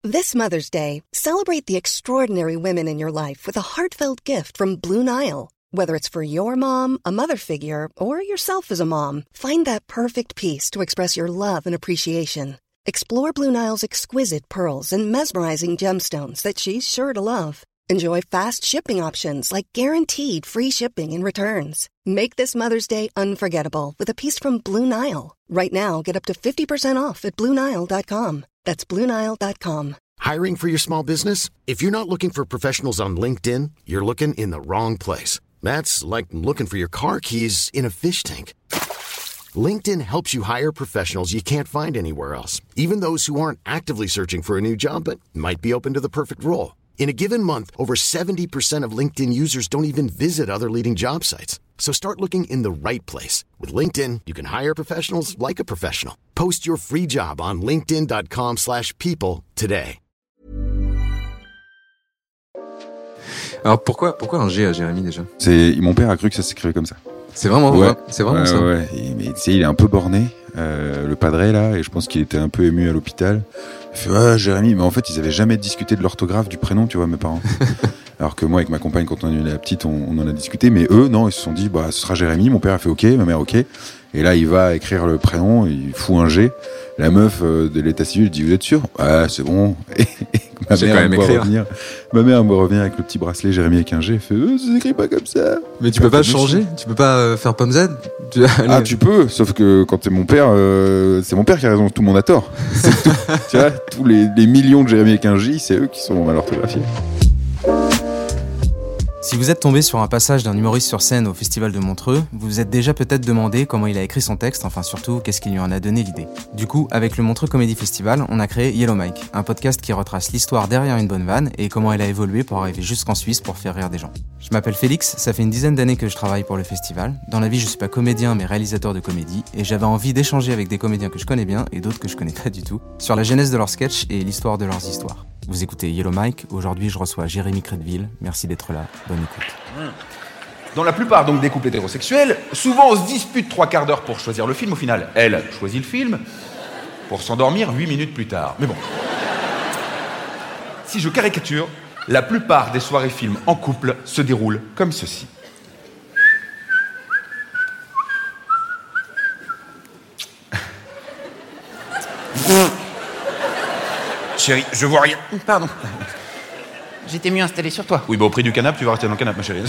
This Mother's Day, celebrate the extraordinary women in your life with a heartfelt gift from Blue Nile. Whether it's for your mom, a mother figure, or yourself as a mom, find that perfect piece to express your love and appreciation. Explore Blue Nile's exquisite pearls and mesmerizing gemstones that she's sure to love. Enjoy fast shipping options like guaranteed free shipping and returns. Make this Mother's Day unforgettable with a piece from Blue Nile. Right now, get up to 50% off at BlueNile.com. That's BlueNile.com. Hiring for your small business? If you're not looking for professionals on LinkedIn, you're looking in the wrong place. That's like looking for your car keys in a fish tank. LinkedIn helps you hire professionals you can't find anywhere else, even those who aren't actively searching for a new job but might be open to the perfect role. In a given month, over 70% of LinkedIn users don't even visit other leading job sites. So start looking in the right place. With LinkedIn, you can hire professionals like a professional. Post your free job on linkedin.com/people today. Alors pourquoi un G à Jérémy déjà ? Mon père a cru que ça s'écrivait comme ça. C'est vraiment, ouais. C'est vraiment ça. Ouais. Mais tu sais, il est un peu borné, le padré là, et je pense qu'il était un peu ému à l'hôpital. Il fait ouais, Jérémy, mais en fait ils avaient jamais discuté de l'orthographe du prénom, tu vois, mes parents. Alors que moi avec ma compagne, quand on est la petite, on en a discuté, mais eux non, ils se sont dit bah ce sera Jérémy. Mon père a fait ok, ma mère ok, et là il va écrire le prénom, il fout un G. La meuf de l'état civil dit vous êtes sûr ? Ah c'est bon. Et ma mère me revient avec le petit bracelet Jérémy avec un G, elle fait ça s'écrit pas comme ça. Mais tu peux pas changer, tu peux pas faire pomme Z. Tu peux, sauf que quand c'est mon père qui a raison, tout le monde a tort. Tu vois, tous les millions de Jérémy avec un J, c'est eux qui sont mal orthographiés. Si vous êtes tombé sur un passage d'un humoriste sur scène au Festival de Montreux, vous vous êtes déjà peut-être demandé comment il a écrit son texte, enfin surtout, qu'est-ce qui lui en a donné l'idée. Du coup, avec le Montreux Comedy Festival, on a créé Yellow Mike, un podcast qui retrace l'histoire derrière une bonne vanne et comment elle a évolué pour arriver jusqu'en Suisse pour faire rire des gens. Je m'appelle Félix, ça fait une dizaine d'années que je travaille pour le festival. Dans la vie, je suis pas comédien mais réalisateur de comédie et j'avais envie d'échanger avec des comédiens que je connais bien et d'autres que je connais pas du tout sur la genèse de leurs sketchs et l'histoire de leurs histoires. Vous écoutez Yellow Mike, aujourd'hui je reçois Jérémy Crédville, merci d'être là, bonne écoute. Dans la plupart donc des couples hétérosexuels, souvent on se dispute 3 quarts d'heure pour choisir le film. Au final, elle choisit le film pour s'endormir 8 minutes plus tard. Mais bon. Si je caricature, la plupart des soirées films en couple se déroulent comme ceci. Chérie, je vois rien. Pardon. J'étais mieux installé sur toi. Oui, bah au prix du canapé, tu vas rester dans le canapé, ma chérie.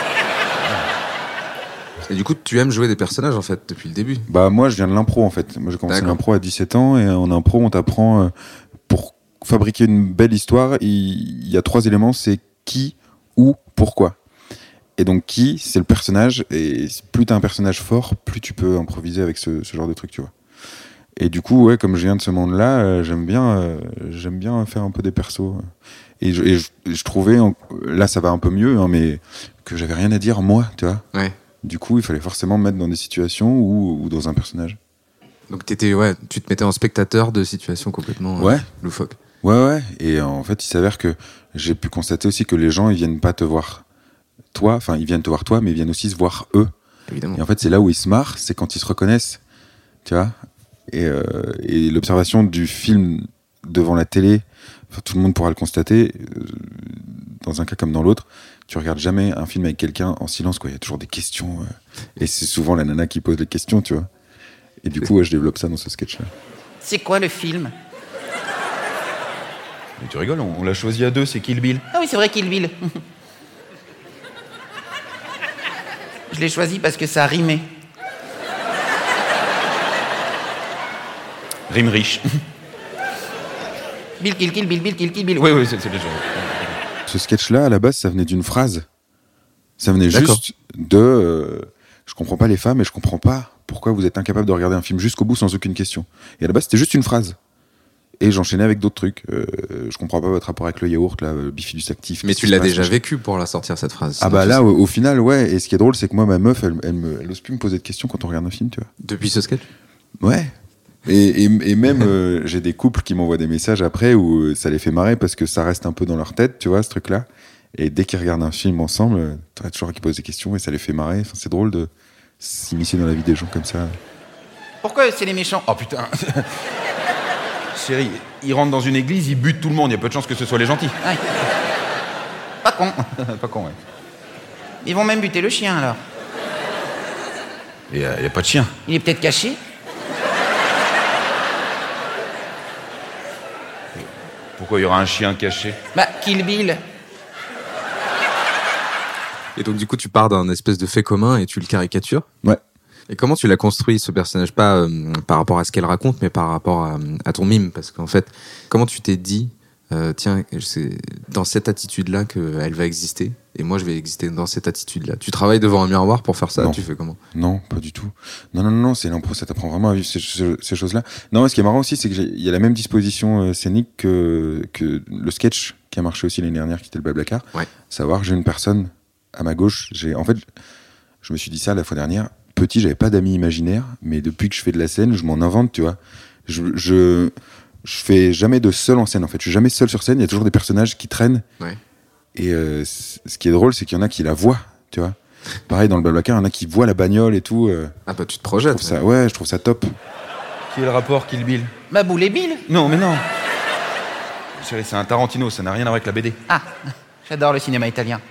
Et du coup, tu aimes jouer des personnages en fait depuis le début. Bah moi, je viens de l'impro en fait. Moi, j'ai commencé l'impro à 17 ans et en impro, on t'apprend pour fabriquer une belle histoire, il y a 3 éléments, c'est qui, où, pourquoi. Et donc qui, c'est le personnage, et plus t'as un personnage fort, plus tu peux improviser avec ce genre de truc, tu vois. Et du coup, ouais, comme je viens de ce monde-là, j'aime bien faire un peu des persos. Et je trouvais, là ça va un peu mieux, hein, mais que j'avais rien à dire moi, tu vois. Ouais. Du coup, il fallait forcément me mettre dans des situations ou dans un personnage. Donc tu te mettais en spectateur de situations complètement loufoques. Ouais. Et en fait, il s'avère que j'ai pu constater aussi que les gens, ils viennent pas te voir toi, enfin ils viennent te voir toi, mais ils viennent aussi se voir eux. Évidemment. Et en fait, c'est là où ils se marrent, c'est quand ils se reconnaissent, tu vois. Et l'observation du film devant la télé, enfin, tout le monde pourra le constater, dans un cas comme dans l'autre, tu regardes jamais un film avec quelqu'un en silence, quoi. Il y a toujours des questions, et c'est souvent la nana qui pose les questions, tu vois. Et du coup, je développe ça dans ce sketch-là. C'est quoi le film ? Mais tu rigoles, on l'a choisi à 2, c'est Kill Bill. Ah oui, c'est vrai, Kill Bill. Je l'ai choisi parce que ça rimait. Rime riche. Bill, kill, Bill, Bill, kill, Bill. Oui, c'est les gens. Ce sketch-là, à la base, ça venait d'une phrase. Ça venait juste de... je comprends pas les femmes et je comprends pas pourquoi vous êtes incapable de regarder un film jusqu'au bout sans aucune question. Et à la base, c'était juste une phrase. Et j'enchaînais avec d'autres trucs. Je comprends pas votre rapport avec le yaourt, là, bifidus actif. Mais tu l'as déjà vécu pour la sortir, cette phrase. Ah bah là, au final, ouais. Et ce qui est drôle, c'est que moi, ma meuf, elle ose plus me poser de questions quand on regarde un film, tu vois. Depuis ce sketch ? Ouais. Et même, j'ai des couples qui m'envoient des messages après où ça les fait marrer parce que ça reste un peu dans leur tête, tu vois, ce truc-là. Et dès qu'ils regardent un film ensemble, t'as toujours qui pose des questions et ça les fait marrer. Enfin, c'est drôle de s'immiscer dans la vie des gens comme ça. Pourquoi c'est les méchants ? Oh putain. Chérie, il rentre dans une église, il bute tout le monde. Il y a peu de chances que ce soit les gentils. Ouais. Pas con. Pas con, ouais. Ils vont même buter le chien, alors. Il y a pas de chien. Il est peut-être caché. Pourquoi il y aura un chien caché? Bah, Kill Bill. Et donc, du coup, tu pars d'un espèce de fait commun et tu le caricatures. Ouais. Et comment tu l'as construit, ce personnage? Pas par rapport à ce qu'elle raconte, mais par rapport à ton mime. Parce qu'en fait, comment tu t'es dit, tiens, c'est dans cette attitude-là qu'elle va exister, et moi, je vais exister dans cette attitude-là. Tu travailles devant un miroir pour faire ça? Non. Tu fais comment? Non, pas du tout. Non, c'est l'impro, ça t'apprend vraiment à vivre ces choses-là. Non, ce qui est marrant aussi, c'est qu'il y a la même disposition scénique que le sketch qui a marché aussi l'année dernière, qui était le Blablacar. Ouais. Savoir, j'ai une personne à ma gauche. En fait, je me suis dit ça la fois dernière. Petit, j'avais pas d'amis imaginaires, mais depuis que je fais de la scène, je m'en invente, tu vois. Je fais jamais de seul en scène, en fait. Je suis jamais seul sur scène. Il y a toujours des personnages qui traînent. Ouais. Et ce qui est drôle, c'est qu'il y en a qui la voient, tu vois. Pareil, dans le Blablacar, il y en a qui voient la bagnole et tout. Ah bah, tu te projettes. Je trouve ça top. Qui est le rapport, Kill Bill? Bah, Boule et Bill. Non, mais non. Chérie, c'est un Tarantino, ça n'a rien à voir avec la BD. Ah, j'adore le cinéma italien.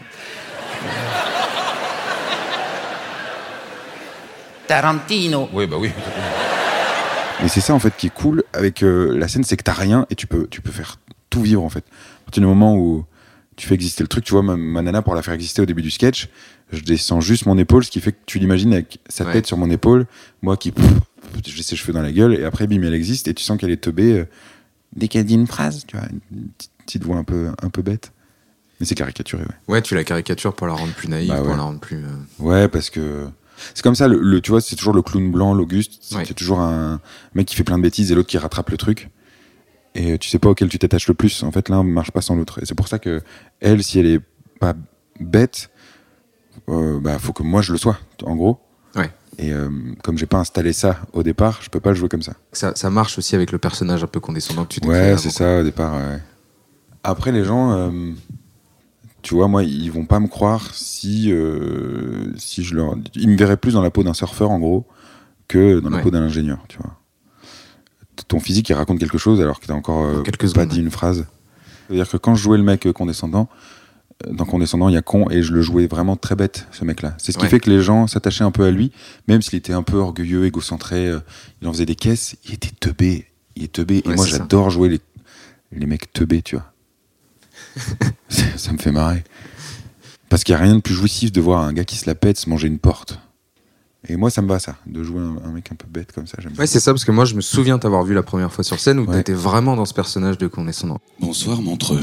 Tarantino. Oui, bah oui. Mais c'est ça, en fait, qui est cool avec la scène, c'est que t'as rien et tu peux faire tout vivre, en fait. À partir du moment où tu fais exister le truc, tu vois, ma nana, pour la faire exister au début du sketch, je descends juste mon épaule, ce qui fait que tu l'imagines avec sa tête sur mon épaule, moi qui j'ai ses cheveux dans la gueule, et après, bim, elle existe, et tu sens qu'elle est teubée dès qu'elle dit une phrase, tu vois, une petite voix un peu bête. Mais c'est caricaturé, ouais. Ouais, tu la caricatures pour la rendre plus naïve, pour la rendre plus... Ouais, parce que... C'est comme ça, tu vois, c'est toujours le clown blanc, l'Auguste, c'est toujours un mec qui fait plein de bêtises et l'autre qui rattrape le truc. Et tu sais pas auquel tu t'attaches le plus. En fait, l'un marche pas sans l'autre. Et c'est pour ça que elle, si elle est pas bête, faut que moi je le sois, en gros. Ouais. Et comme j'ai pas installé ça au départ, je peux pas le jouer comme ça. Ça marche aussi avec le personnage un peu condescendant que tu t'es créé. Ouais, c'est ça, au départ. Ouais. Après, les gens... tu vois, moi, ils vont pas me croire si je leur... Ils me verraient plus dans la peau d'un surfeur, en gros, que dans la peau d'un ingénieur, tu vois. Ton physique, il raconte quelque chose alors que t'as encore pas dit une phrase. C'est-à-dire que quand je jouais le mec condescendant, dans Condescendant, il y a con, et je le jouais vraiment très bête, ce mec-là. C'est ce qui fait que les gens s'attachaient un peu à lui, même s'il était un peu orgueilleux, égocentré, il en faisait des caisses, il était teubé. Et moi, j'adore jouer les mecs teubés, tu vois. Ça me fait marrer. Parce qu'il n'y a rien de plus jouissif de voir un gars qui se la pète se manger une porte. Et moi, ça me va, ça, de jouer un mec un peu bête comme ça. J'aime bien. C'est ça, parce que moi, je me souviens t'avoir vu la première fois sur scène où t'étais vraiment dans ce personnage de Condescendant. Bonsoir, Montreux.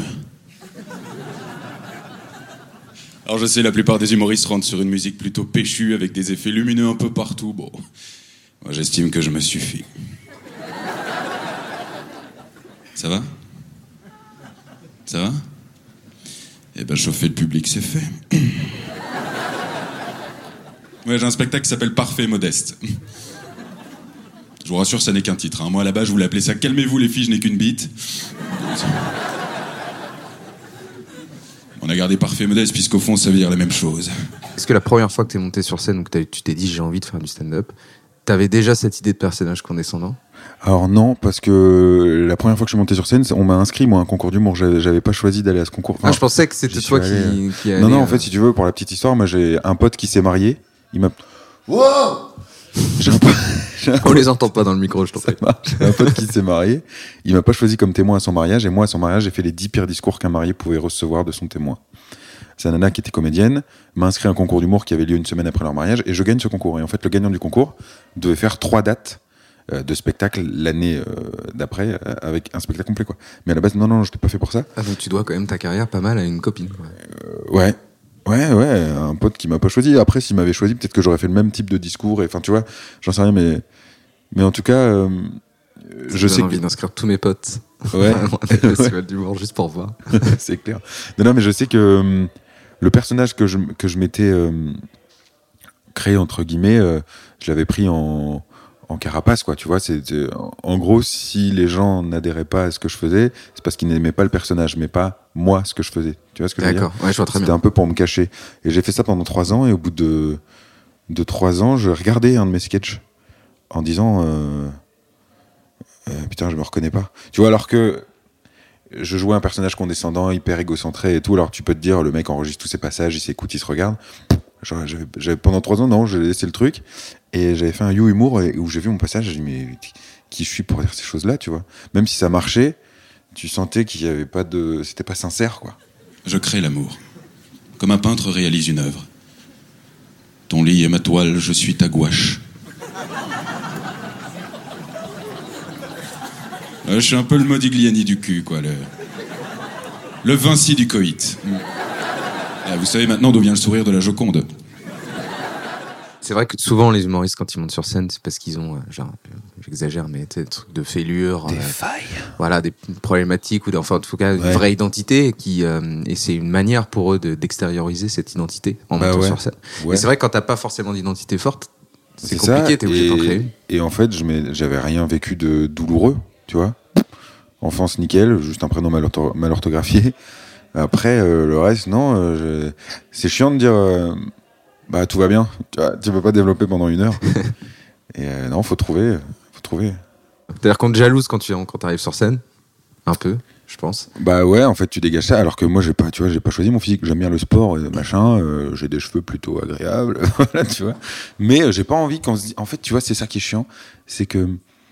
Alors, je sais, la plupart des humoristes rentrent sur une musique plutôt péchue avec des effets lumineux un peu partout. Bon, moi, j'estime que je me suffis. Ça va ? Ça va ? Eh ben, chauffer le public, c'est fait. Ouais, j'ai un spectacle qui s'appelle Parfait et Modeste. Je vous rassure, ça n'est qu'un titre. Hein. Moi, à la base, je voulais appeler ça « Calmez-vous, les filles, je n'ai qu'une bite ». On a gardé Parfait et Modeste, puisqu'au fond, ça veut dire la même chose. Est-ce que la première fois que t'es monté sur scène ou que tu t'es dit « j'ai envie de faire du stand-up », t'avais déjà cette idée de personnage condescendant ? Alors non, parce que la première fois que je suis monté sur scène, on m'a inscrit, moi, à un concours d'humour. J'avais pas choisi d'aller à ce concours. Enfin, je pensais que c'était toi qui allais... Non, en fait, si tu veux, pour la petite histoire, moi, j'ai un pote qui s'est marié. Il m'a... Wow. On les entend pas dans le micro, je t'en prie. J'ai un pote qui s'est marié. Il m'a pas choisi comme témoin à son mariage. Et moi, à son mariage, j'ai fait les 10 pires discours qu'un marié pouvait recevoir de son témoin. C'est nana qui était comédienne, m'a inscrit à un concours d'humour qui avait lieu une semaine après leur mariage. Et je gagne ce concours. Et en fait, le gagnant du concours devait faire 3 dates de spectacle l'année d'après avec un spectacle complet, quoi. Mais à la base, non, je t'ai pas fait pour ça. Ah, donc tu dois quand même ta carrière pas mal à une copine, quoi. Ouais, un pote qui m'a pas choisi. Après, s'il m'avait choisi, peut-être que j'aurais fait le même type de discours. Enfin, tu vois, j'en sais rien, mais en tout cas, je sais. J'ai envie d'inscrire tous mes potes. Ouais. Avec le festival d'humour juste pour voir. C'est clair. Non, mais je sais que le personnage que je m'étais créé entre guillemets, je l'avais pris en carapace, quoi. Tu vois, en gros, si les gens n'adhéraient pas à ce que je faisais, c'est parce qu'ils n'aimaient pas le personnage, mais pas moi, ce que je faisais. Tu vois ce que je veux dire ? D'accord, ouais, je vois très bien. C'était un peu pour me cacher. Et j'ai fait ça pendant 3 ans, et au bout de 3 ans, je regardais un de mes sketchs en disant putain, je me reconnais pas. Tu vois, alors que je jouais un personnage condescendant, hyper égocentré et tout, alors tu peux te dire, le mec enregistre tous ses passages, il s'écoute, il se regarde. J'avais pendant 3 ans, non, j'ai laissé le truc, et j'avais fait un You Humour où j'ai vu mon passage, j'ai dit, mais qui je suis pour dire ces choses-là, tu vois. Même si ça marchait, tu sentais qu'il y avait pas de... C'était pas sincère, quoi. Je crée l'amour. Comme un peintre réalise une œuvre. Ton lit est ma toile, je suis ta gouache. Je suis un peu le Modigliani du cul, quoi. Le Vinci du coït. Vous savez maintenant d'où vient le sourire de la Joconde. C'est vrai que souvent les humoristes quand ils montent sur scène, c'est parce qu'ils ont j'exagère, mais des trucs de fêlure, des failles, voilà, des problématiques ou enfin en tout cas une vraie identité et c'est une manière pour eux d'extérioriser cette identité en montant sur scène. Et c'est vrai que quand t'as pas forcément d'identité forte, c'est compliqué, t'es obligé d'en créer une. Et en fait, j'avais rien vécu de douloureux, tu vois. Enfance nickel, juste un prénom mal orthographié. Après, le reste, non. C'est chiant de dire, bah tout va bien. Tu peux pas développer pendant 1 heure. Et non, faut trouver. C'est-à-dire qu'on te jalouse quand t'arrives sur scène, un peu, je pense. Bah ouais, en fait, tu dégages ça. Alors que moi, j'ai pas choisi mon physique. J'aime bien le sport, machin. J'ai des cheveux plutôt agréables, voilà, tu vois. Mais j'ai pas envie qu'on se dise. En fait, tu vois, c'est ça qui est chiant, c'est que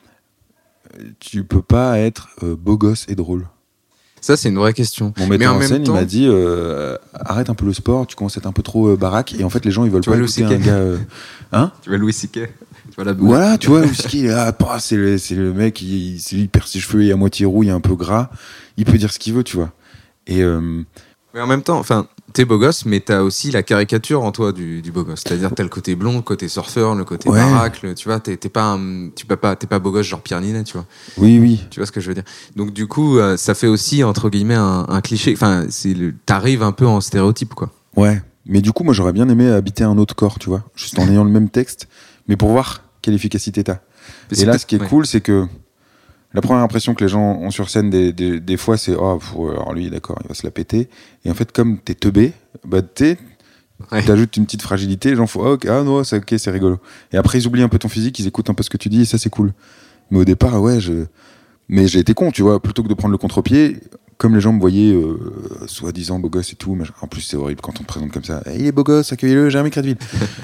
tu peux pas être beau gosse et drôle. Ça, c'est une vraie question. Mon metteur en scène, il m'a dit arrête un peu le sport, tu commences à être un peu trop baraque. Et en fait, les gens, ils veulent pas écouter un gars. Tu vois Louis C.K. Voilà, tu vois, Louis C.K. C'est le mec, il perd ses cheveux, il est à moitié roux, il est un peu gras. Il peut dire ce qu'il veut, tu vois. Et mais en même temps, enfin, t'es beau gosse, mais t'as aussi la caricature en toi du beau gosse. C'est-à-dire t'as le côté blond, le côté surfeur, le côté baraque, tu vois. T'es pas beau gosse genre Pierre Ninet, tu vois. Oui. Tu vois ce que je veux dire. Donc du coup, ça fait aussi entre guillemets un cliché. Enfin, t'arrives un peu en stéréotype, quoi. Ouais. Mais du coup, moi, j'aurais bien aimé habiter un autre corps, tu vois, juste en ayant le même texte, mais pour voir quelle efficacité t'as. Et là, ce qui est cool, c'est que la première impression que les gens ont sur scène, des fois, c'est alors lui, d'accord, il va se la péter. Et en fait, comme t'es teubé, bah t'ajoutes une petite fragilité, les gens font non, c'est ok, c'est rigolo. Et après, ils oublient un peu ton physique, ils écoutent un peu ce que tu dis, et ça, c'est cool. Mais au départ, mais j'ai été con, tu vois, plutôt que de prendre le contre-pied, comme les gens me voyaient soi-disant beau gosse et tout, mais en plus, c'est horrible quand on te présente comme ça. Il est beau gosse, accueillez-le, Jérémy Crédville.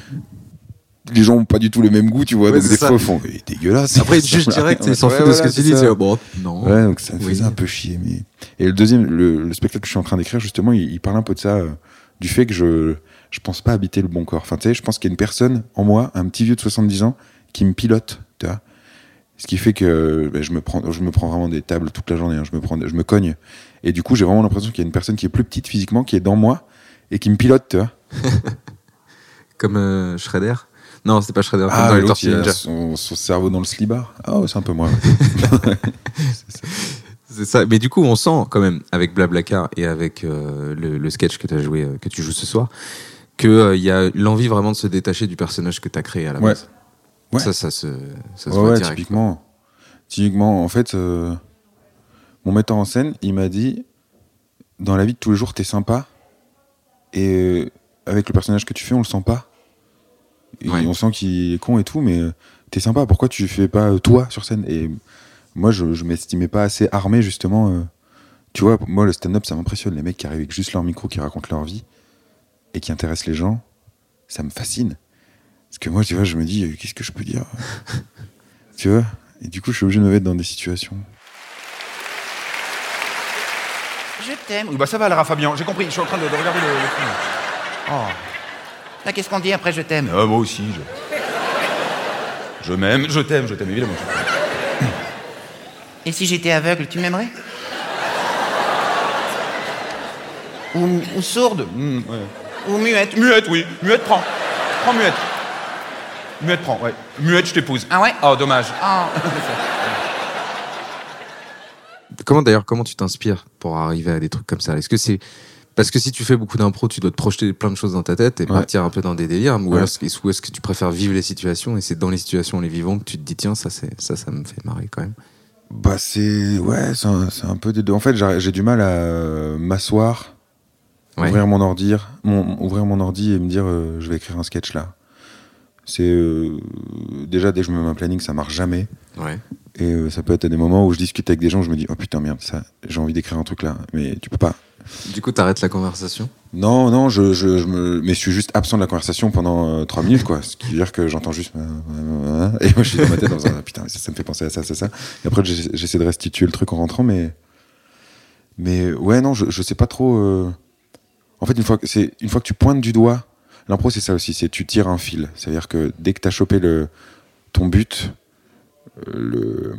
Les gens ont pas du tout le même goût, tu vois, donc des fois ils font dégueulasse. Après juste direct, ils s'en foutent de ce que tu dis, c'est bon, non. Ouais, donc ça me faisait un peu chier. Mais... Et le deuxième, le spectacle que je suis en train d'écrire, justement, il parle un peu de ça, du fait que je pense pas habiter le bon corps. Enfin, tu sais, je pense qu'il y a une personne en moi, un petit vieux de 70 ans, qui me pilote, tu vois. Ce qui fait que je me prends vraiment des tables toute la journée, hein, je me cogne. Et du coup, j'ai vraiment l'impression qu'il y a une personne qui est plus petite physiquement, qui est dans moi, et qui me pilote, tu vois. Comme Shredder. Non, c'est pas Shredder. Dans les Tortues Ninja. Son cerveau dans le slibard. C'est un peu moi. C'est ça. Mais du coup, on sent quand même, avec Blablacar et avec le sketch que t'as joué, que tu joues ce soir, qu'il y a l'envie vraiment de se détacher du personnage que t'as créé à la base. Ouais. Ça se voit direct. Typiquement, en fait, mon metteur en scène, il m'a dit, dans la vie de tous les jours, t'es sympa, et avec le personnage que tu fais, on le sent pas. Et on sent qu'il est con et tout, mais t'es sympa, pourquoi tu fais pas toi sur scène? Et moi, je m'estimais pas assez armé, justement. Tu vois, moi, le stand-up, ça m'impressionne. Les mecs qui arrivent avec juste leur micro, qui racontent leur vie et qui intéressent les gens, ça me fascine. Parce que moi, tu vois, je me dis, qu'est-ce que je peux dire? Tu vois? Et du coup, je suis obligé de me mettre dans des situations. Je t'aime. Oui, bah ça va, Lara Fabian, j'ai compris, je suis en train de regarder le film. Oh. Là, qu'est-ce qu'on dit après je t'aime? Moi aussi, je m'aime, je t'aime, évidemment. Et si j'étais aveugle, tu m'aimerais? Ou sourde? Ou muette? Muette, oui. Muette, prends. Prends muette. Muette, prends, ouais. Muette, je t'épouse. Ah ouais? Oh, dommage. Comment tu t'inspires pour arriver à des trucs comme ça? Est-ce que c'est... Parce que si tu fais beaucoup d'impro, tu dois te projeter plein de choses dans ta tête et partir un peu dans des délires. Ou est-ce que tu préfères vivre les situations et c'est dans les situations, les vivants, que tu te dis tiens, ça me fait marrer quand même? Bah c'est un peu des deux. En fait, j'ai du mal à m'asseoir, ouvrir mon ordi et me dire je vais écrire un sketch là. C'est déjà dès que je me mets un planning, ça marche jamais. Ouais. Et ça peut être à des moments où je discute avec des gens, je me dis oh putain merde, ça, j'ai envie d'écrire un truc là, mais tu peux pas. Du coup, t'arrêtes la conversation? Non, mais je suis juste absent de la conversation pendant 3 minutes, quoi. Ce qui veut dire que j'entends juste et moi je suis dans ma tête dans un putain, ça me fait penser à ça, c'est ça. Et après j'essaie de restituer le truc en rentrant, mais ouais, non, je sais pas trop. En fait, une fois que tu pointes du doigt, l'impro c'est ça aussi, c'est tu tires un fil. C'est-à-dire que dès que t'as chopé ton but, le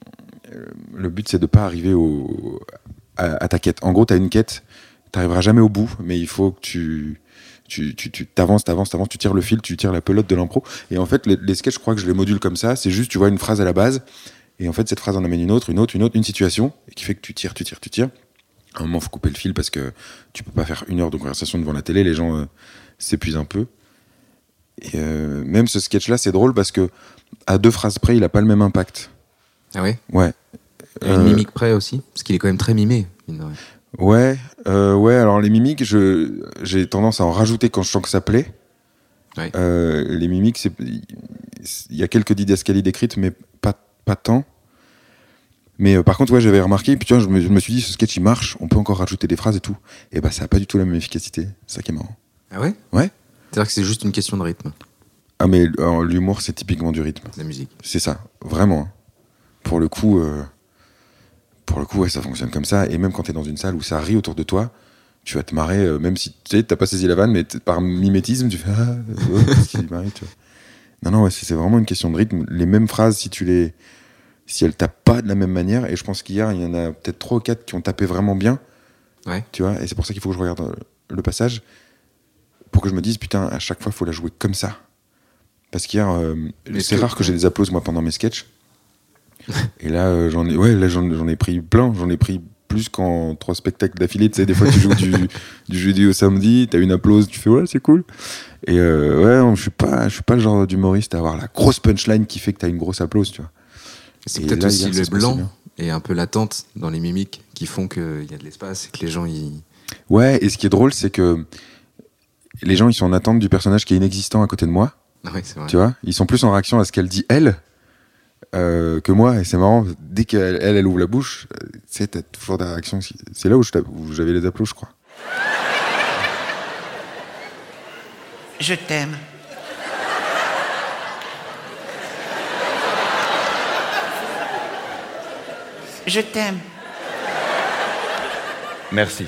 but c'est de pas arriver à ta quête. En gros, t'as une quête, t'arriveras jamais au bout, mais il faut que tu t'avances, tu tires le fil, tu tires la pelote de l'impro. Et en fait, les sketchs, je crois que je les module comme ça. C'est juste, tu vois une phrase à la base, et en fait, cette phrase en amène une autre, une situation, et qui fait que tu tires. À un moment, faut couper le fil parce que tu peux pas faire 1 heure de conversation devant la télé, les gens s'épuisent un peu. Et même ce sketch-là, c'est drôle parce que à 2 phrases près, il a pas le même impact. Ah ouais? Ouais. Une mimique près aussi? Parce qu'il est quand même très mimé. Ouais, alors les mimiques, j'ai tendance à en rajouter quand je sens que ça plaît. Ouais. Les mimiques, il y a quelques didascalies décrites, mais pas tant. Mais par contre, ouais, j'avais remarqué, puis tu vois, je me suis dit, ce sketch, il marche, on peut encore rajouter des phrases et tout. Et bah, ça a pas du tout la même efficacité. C'est ça qui est marrant. Ah ouais? Ouais. C'est-à-dire que c'est juste une question de rythme. Ah, mais l'humour, c'est typiquement du rythme. La musique. C'est ça, vraiment. Pour le coup, ouais, ça fonctionne comme ça. Et même quand t'es dans une salle où ça rit autour de toi, tu vas te marrer, même si tu sais, t'as pas saisi la vanne, mais par mimétisme, tu fais parce qu'il marre, tu vois. Non, ouais, c'est vraiment une question de rythme. Les mêmes phrases, si elles tapent pas de la même manière, et je pense qu'hier, il y en a peut-être 3 ou 4 qui ont tapé vraiment bien. Ouais. Tu vois, et c'est pour ça qu'il faut que je regarde le passage, pour que je me dise, putain, à chaque fois, il faut la jouer comme ça. Parce qu'hier, c'est rare que j'ai des applaudissements moi pendant mes sketchs. Et là, j'en ai pris plein. J'en ai pris plus qu'en 3 spectacles d'affilée. Tu sais, des fois, tu joues du jeudi au samedi, t'as une applause, tu fais ouais, c'est cool. Et ouais, je suis pas le genre d'humoriste à avoir la grosse punchline qui fait que t'as une grosse applause, tu vois. C'est peut-être aussi le blanc et un peu l'attente dans les mimiques qui font qu'il y a de l'espace et que les gens y... Ouais, et ce qui est drôle, c'est que les gens, ils sont en attente du personnage qui est inexistant à côté de moi. Ah oui, c'est vrai. Tu vois, ils sont plus en réaction à ce qu'elle dit, elle, que moi. Et c'est marrant, dès qu'elle ouvre la bouche, tu sais, t'as toujours des réactions. C'est là où j'avais les applaudissements, je crois. Je t'aime. Je t'aime. Merci.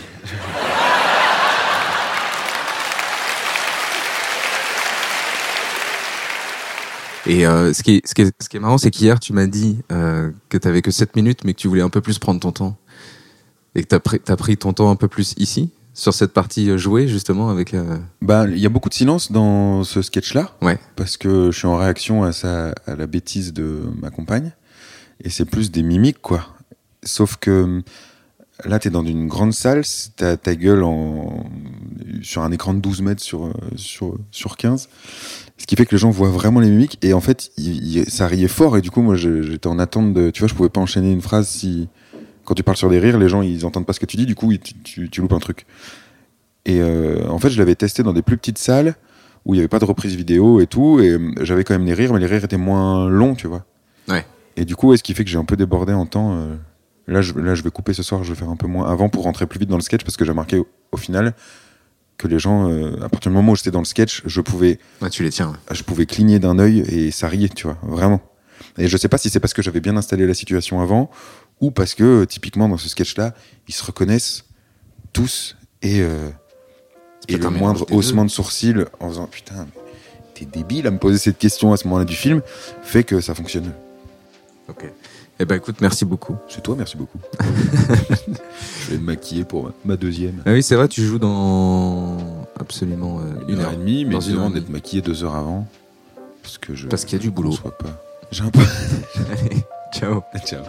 Et ce qui est marrant, c'est qu'hier, tu m'as dit que t'avais que 7 minutes, mais que tu voulais un peu plus prendre ton temps. Et que t'as pris ton temps un peu plus ici, sur cette partie jouée, justement, avec... Bah, il y a beaucoup de silence dans ce sketch-là. Ouais. Parce que je suis en réaction à la bêtise de ma compagne. Et c'est plus des mimiques, quoi. Sauf que là, t'es dans une grande salle, t'as ta gueule sur un écran de 12 mètres sur 15. Ce qui fait que les gens voient vraiment les mimiques. Et en fait, ça riait fort. Et du coup, moi, j'étais en attente de... Tu vois, je pouvais pas enchaîner une phrase si... Quand tu parles sur des rires, les gens, ils entendent pas ce que tu dis. Du coup, tu loupes un truc. Et en fait, je l'avais testé dans des plus petites salles où il y avait pas de reprise vidéo et tout. Et j'avais quand même les rires, mais les rires étaient moins longs, tu vois. Ouais. Et du coup, ce qui fait que j'ai un peu débordé en temps... Là, je vais couper ce soir, je vais faire un peu moins avant pour rentrer plus vite dans le sketch, parce que j'ai remarqué au final que les gens, à partir du moment où j'étais dans le sketch, je pouvais... Ouais, tu les tiens. Ouais. Je pouvais cligner d'un œil et ça riait, tu vois, vraiment. Et je sais pas si c'est parce que j'avais bien installé la situation avant, ou parce que, typiquement, dans ce sketch-là, ils se reconnaissent tous, et le moindre haussement de sourcil en faisant « Putain, t'es débile à me poser cette question à ce moment-là du film », fait que ça fonctionne. Ok. Eh ben écoute, merci beaucoup. C'est toi, merci beaucoup. Je vais me maquiller pour ma deuxième. Ah oui, c'est vrai, tu joues dans absolument 1 heure et demie, mais évidemment d'être maquillé 2 heures avant. Parce qu'il y a du boulot. Pas. J'ai un peu. Allez, ciao. Ciao.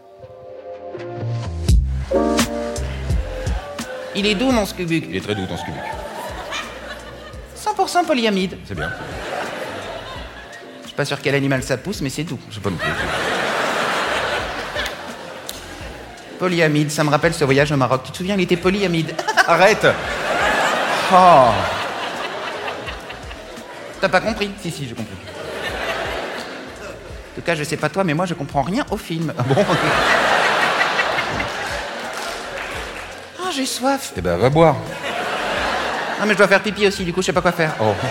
Il est doux, mon scubuc. Il est très doux, ton scubuc. 100% polyamide. C'est bien. Je suis pas sûr quel animal ça pousse, mais c'est doux. Je sais pas non plus. Polyamide, ça me rappelle ce voyage au Maroc. Tu te souviens, il était polyamide. Arrête. Oh. T'as pas compris? Si, j'ai compris. En tout cas, je sais pas toi, mais moi, je comprends rien au film. Ah bon? Ah, j'ai soif. Eh ben, va boire. Non, mais je dois faire pipi aussi, du coup, je sais pas quoi faire. Oh.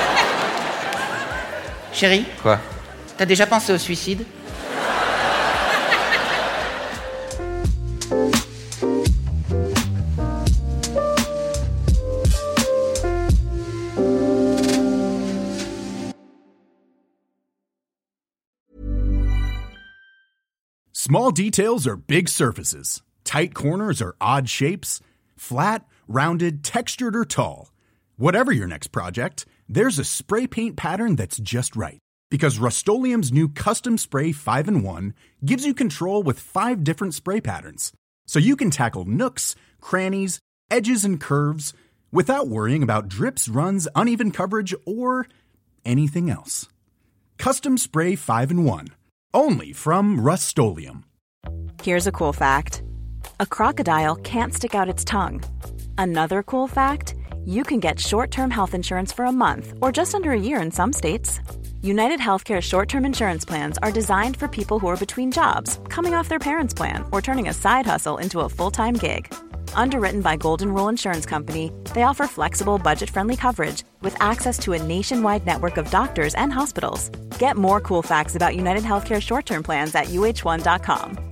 Chérie, Quoi? t'as déjà pensé au suicide? Small details are big surfaces. Tight corners are odd shapes. Flat, rounded, textured, or tall. Whatever your next project, there's a spray paint pattern that's just right. Because Rust-Oleum's new Custom Spray 5-in-1 gives you control with 5 different spray patterns. So you can tackle nooks, crannies, edges, and curves without worrying about drips, runs, uneven coverage, or anything else. Custom Spray 5-in-1. Only from Rust-Oleum. Here's a cool fact. A crocodile can't stick out its tongue. Another cool fact, you can get short-term health insurance for a month or just under a year in some states. United Healthcare short-term insurance plans are designed for people who are between jobs, coming off their parents' plan, or turning a side hustle into a full-time gig. Underwritten by Golden Rule Insurance Company, they offer flexible, budget-friendly coverage with access to a nationwide network of doctors and hospitals. Get more cool facts about United Healthcare short-term plans at uh1.com.